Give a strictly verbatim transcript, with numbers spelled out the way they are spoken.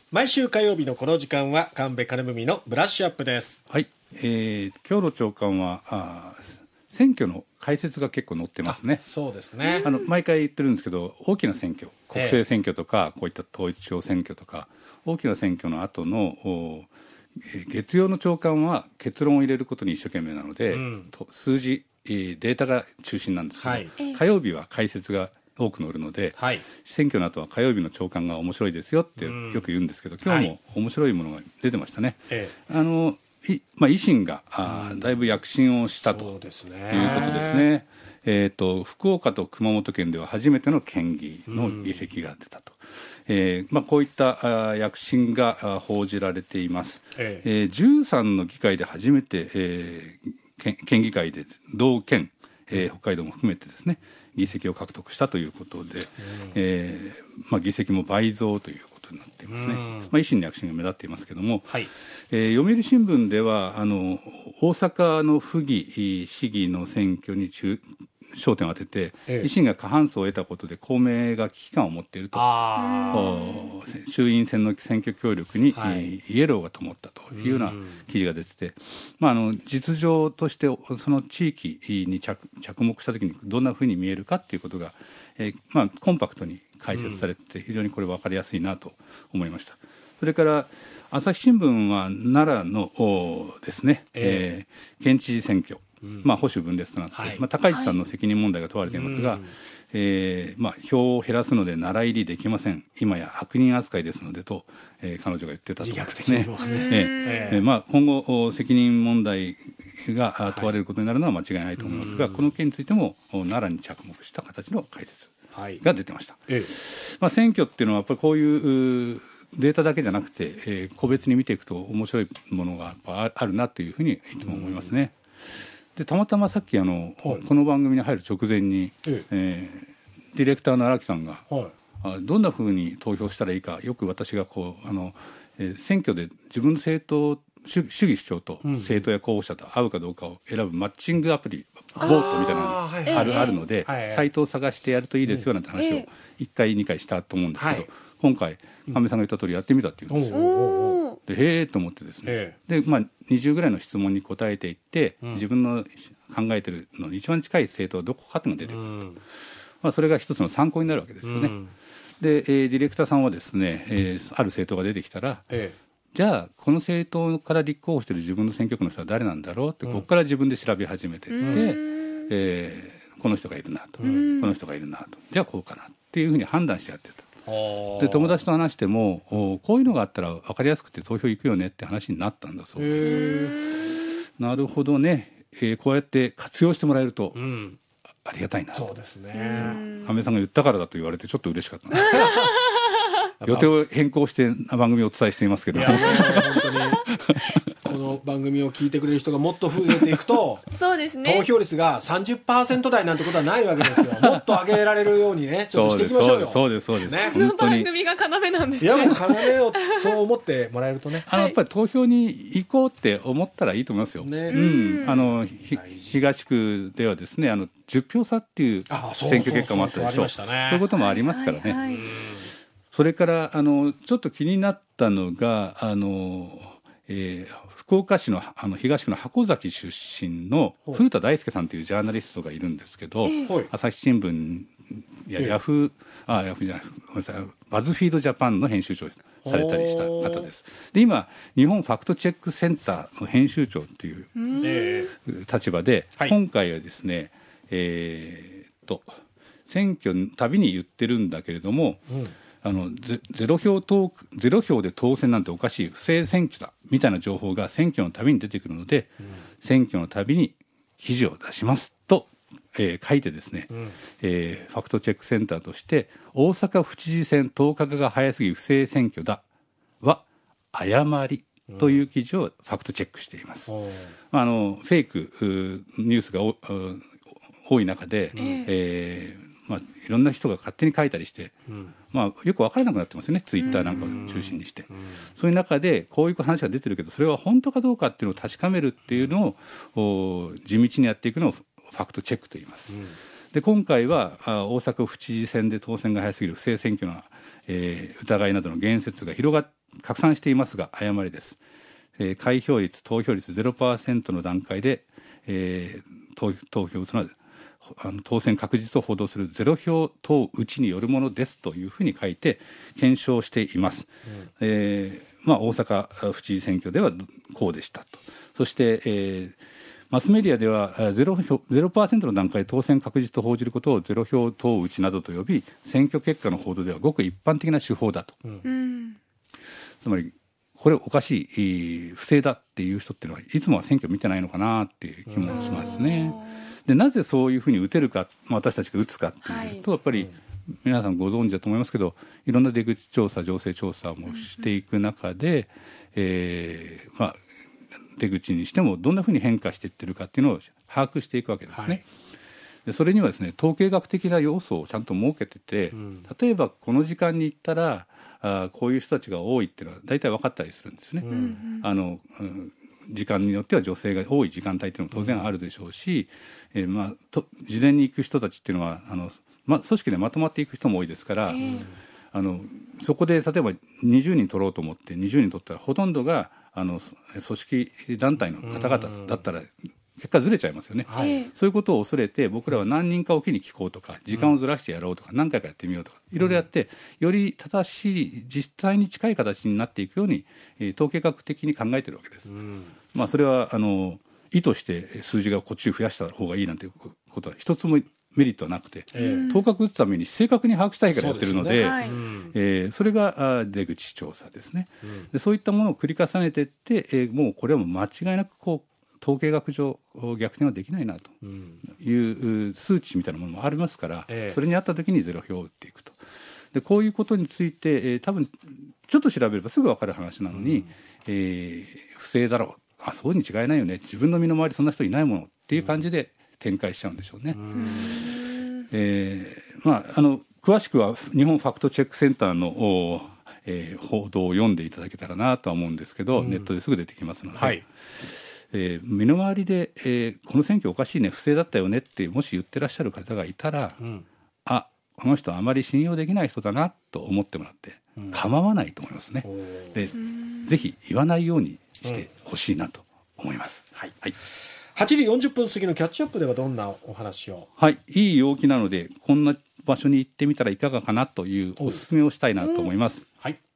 毎週火曜日のこの時間は神戸金文のブラッシュアップです。 はい、えー、今日の朝刊はあ選挙の解説が結構載ってますね。 そうですね。 あの毎回言ってるんですけど、大きな選挙、国政選挙とか、ええ、こういった統一地方選挙とか大きな選挙の後の月曜の朝刊は結論を入れることに一生懸命なので、うん、数字データが中心なんですけど、はい、火曜日は解説が多く載るので、はい、選挙の後は火曜日の朝刊が面白いですよってよく言うんですけど、今日も面白いものが出てましたね。はい、あのいまあ、維新があだいぶ躍進をしたということですね。えー、と福岡と熊本県では初めての県議の議席が出たと、えーまあ、こういったあ躍進があ報じられています。えええー、じゅうさんの議会で初めて、えー、県, 県議会で同県、えー、北海道も含めてですね議席を獲得したということで、うんえーまあ、議席も倍増ということになっていますね。まあ、維新の躍進が目立っていますけれども、はいえー、読売新聞ではあの大阪の府議市議の選挙に中焦点を当てて、ええ、維新が過半数を得たことで公明が危機感を持っていると、衆院選の選挙協力に、はい、イエローが灯ったというような記事が出てて、まあ、あの実情としてその地域に 着, 着目したときにどんなふうに見えるかということが、えーまあ、コンパクトに解説されて非常にこれ分かりやすいなと思いました。それから朝日新聞は奈良のですね、えー、県知事選挙、うんまあ、保守分裂となって、はいまあ、高市さんの責任問題が問われていますが、はいえーまあ、票を減らすので奈良入りできません、今や悪人扱いですのでと、えー、彼女が言ってたと思うんですね。えーまあ、今後責任問題が問われることになるのは間違いないと思いますが、はい、この件についても奈良に着目した形の解説が出てました。はいええまあ、選挙っていうのはやっぱりこういうデータだけじゃなくて、えー、個別に見ていくと面白いものがやっぱあるなというふうにいつも思いますね。でたまたまさっきあの、はい、この番組に入る直前に、えええー、ディレクターの荒木さんが、はい、どんなふうに投票したらいいかよく私がこうあの、えー、選挙で自分の政党主義主張と政党や候補者と合うかどうかを選ぶマッチングアプリボートみたいなのがある、はい、あるので、はい、サイトを探してやるといいですよなんて話をいっかいにかいしたと思うんですけど、はい、今回亀井さんが言った通りやってみたっていうんですよ。でへーと思ってですね、で、まあ、にじゅうぐらいの質問に答えていって、うん、自分の考えてるのに一番近い政党はどこかというのが出てくると、うんまあ、それが一つの参考になるわけですよね。うん、で、えー、ディレクターさんはですね、えー、ある政党が出てきたら、ええじゃあこの政党から立候補している自分の選挙区の人は誰なんだろうって、うん、ここから自分で調べ始めていって、えー、この人がいるなと、この人がいるなと、じゃあこうかなっていうふうに判断してやってた。で友達と話してもこういうのがあったら分かりやすくて投票行くよねって話になったんだそうですよ。なるほどね、えー、こうやって活用してもらえると、うん、ありがたいなと。そうですね、亀井さんが言ったからだと言われてちょっと嬉しかったな予定を変更して番組をお伝えしていますけど、いや本当にこの番組を聞いてくれる人がもっと増えていくとそうです、ね、投票率が さんじゅっパーセント 台なんてことはないわけですよ。もっと上げられるようにねちょっとしていきましょうよ。 そうですそうです、ね、 この番組が要なんですね。 いやもう要をそう思ってもらえるとねあのやっぱり投票に行こうって思ったらいいと思いますよ、ねうん、あの東区ではですねあのじゅっぴょう差っていう選挙結果もあったでしょう。そういうこともありますからね、はいはいはい。それからあのちょっと気になったのがあの、えー、福岡市 の, あの東区の箱崎出身の古田大輔さんというジャーナリストがいるんですけど、朝日新聞やヤフー、あヤフーじゃないです、ごめんなさい、バズフィードジャパンの編集長されたりした方です。で今日本ファクトチェックセンターの編集長っていう立場で、はい、今回はですね、えー、っと選挙のたびに言ってるんだけれども、うんあの ゼ, ゼ, ロ票投ゼロ票で当選なんておかしい不正選挙だみたいな情報が選挙のたびに出てくるので、うん、選挙のたびに記事を出しますと、えー、書いてですね、うんえー、ファクトチェックセンターとして大阪府知事選当確が早すぎ不正選挙だは誤りという記事をファクトチェックしています。うん、あのフェイクニュースが多い中で、うんえーまあ、いろんな人が勝手に書いたりして、うんまあ、よく分からなくなってますよね、ツイッターなんかを中心にして、うんうん、そういう中でこういう話が出てるけどそれは本当かどうかっていうのを確かめるっていうのを地道にやっていくのをファクトチェックと言います。うん、で今回は大阪府知事選で当選が早すぎる不正選挙の、えー、疑いなどの言説が広がっ拡散していますが誤りです。えー、開票率投票率 ゼロパーセント の段階で、えー、投, 投票するのはあの当選確実を報道するゼロ票等打ちによるものですというふうに書いて検証しています。うん、えーまあ、大阪府知事選挙ではこうでしたと。そして、えー、マスメディアでは ゼロ, ゼロパーセントの段階で当選確実と報じることをゼロ票等打ちなどと呼び、選挙結果の報道ではごく一般的な手法だと。うん、つまりこれおかしい、不正だっていう人っていうのはいつもは選挙見てないのかなっていう気もしますね。でなぜそういうふうに打てるか、まあ、私たちが打つかっていうと、はい、やっぱり皆さんご存知だと思いますけど、いろんな出口調査情勢調査もしていく中で、うんえーまあ、出口にしてもどんなふうに変化していってるかっていうのを把握していくわけですね。はい、でそれにはですね、統計学的な要素をちゃんと設けてて、うん、例えばこの時間に行ったらあこういう人たちが多いっていうのは大体分かったりするんですね。うん、あの、うん時間によっては女性が多い時間帯というのも当然あるでしょうし、うんえーまあ、と事前に行く人たちっていうのはあの、ま、組織でまとまっていく人も多いですから、えー、あのそこで例えばにじゅうにん取ろうと思ってにじゅうにん取ったらほとんどがあの組織団体の方々だったら結果ずれちゃいますよね。はい、そういうことを恐れて僕らは何人かおきに聞こうとか時間をずらしてやろうとか何回かやってみようとかいろいろやってより正しい実際に近い形になっていくように、えー、統計学的に考えているわけです。うんまあ、それはあの意図して数字がこっちを増やした方がいいなんていうことは一つもメリットはなくて、えー、当確打つために正確に把握したいからやってるの で, そ, で、ねはいえー、それが出口調査ですね。うん、でそういったものを繰り重ねていって、えー、もうこれはもう間違いなくこう統計学上逆転はできないなという数値みたいなものもありますから、ええ、それにあった時にゼロ票を打っていくと。でこういうことについて、えー、多分ちょっと調べればすぐ分かる話なのに、うんえー、不正だろうあそうに違いないよね自分の身の回りそんな人いないものっていう感じで展開しちゃうんでしょうね。うんえーまあ、あの詳しくは日本ファクトチェックセンターの、えー、報道を読んでいただけたらなとは思うんですけど、うん、ネットですぐ出てきますので、はいえー、身の回りで、えー、この選挙おかしいね不正だったよねってもし言ってらっしゃる方がいたら、うん、あこの人あまり信用できない人だなと思ってもらって構わないと思いますね。うん、でぜひ言わないようにしてほしいなと思います。 うんはいはい、はちじよんじゅっぷん過ぎのキャッチアップではどんなお話を。 はい、いい陽気なのでこんな場所に行ってみたらいかがかなというおすすめをしたいなと思います。 うんはい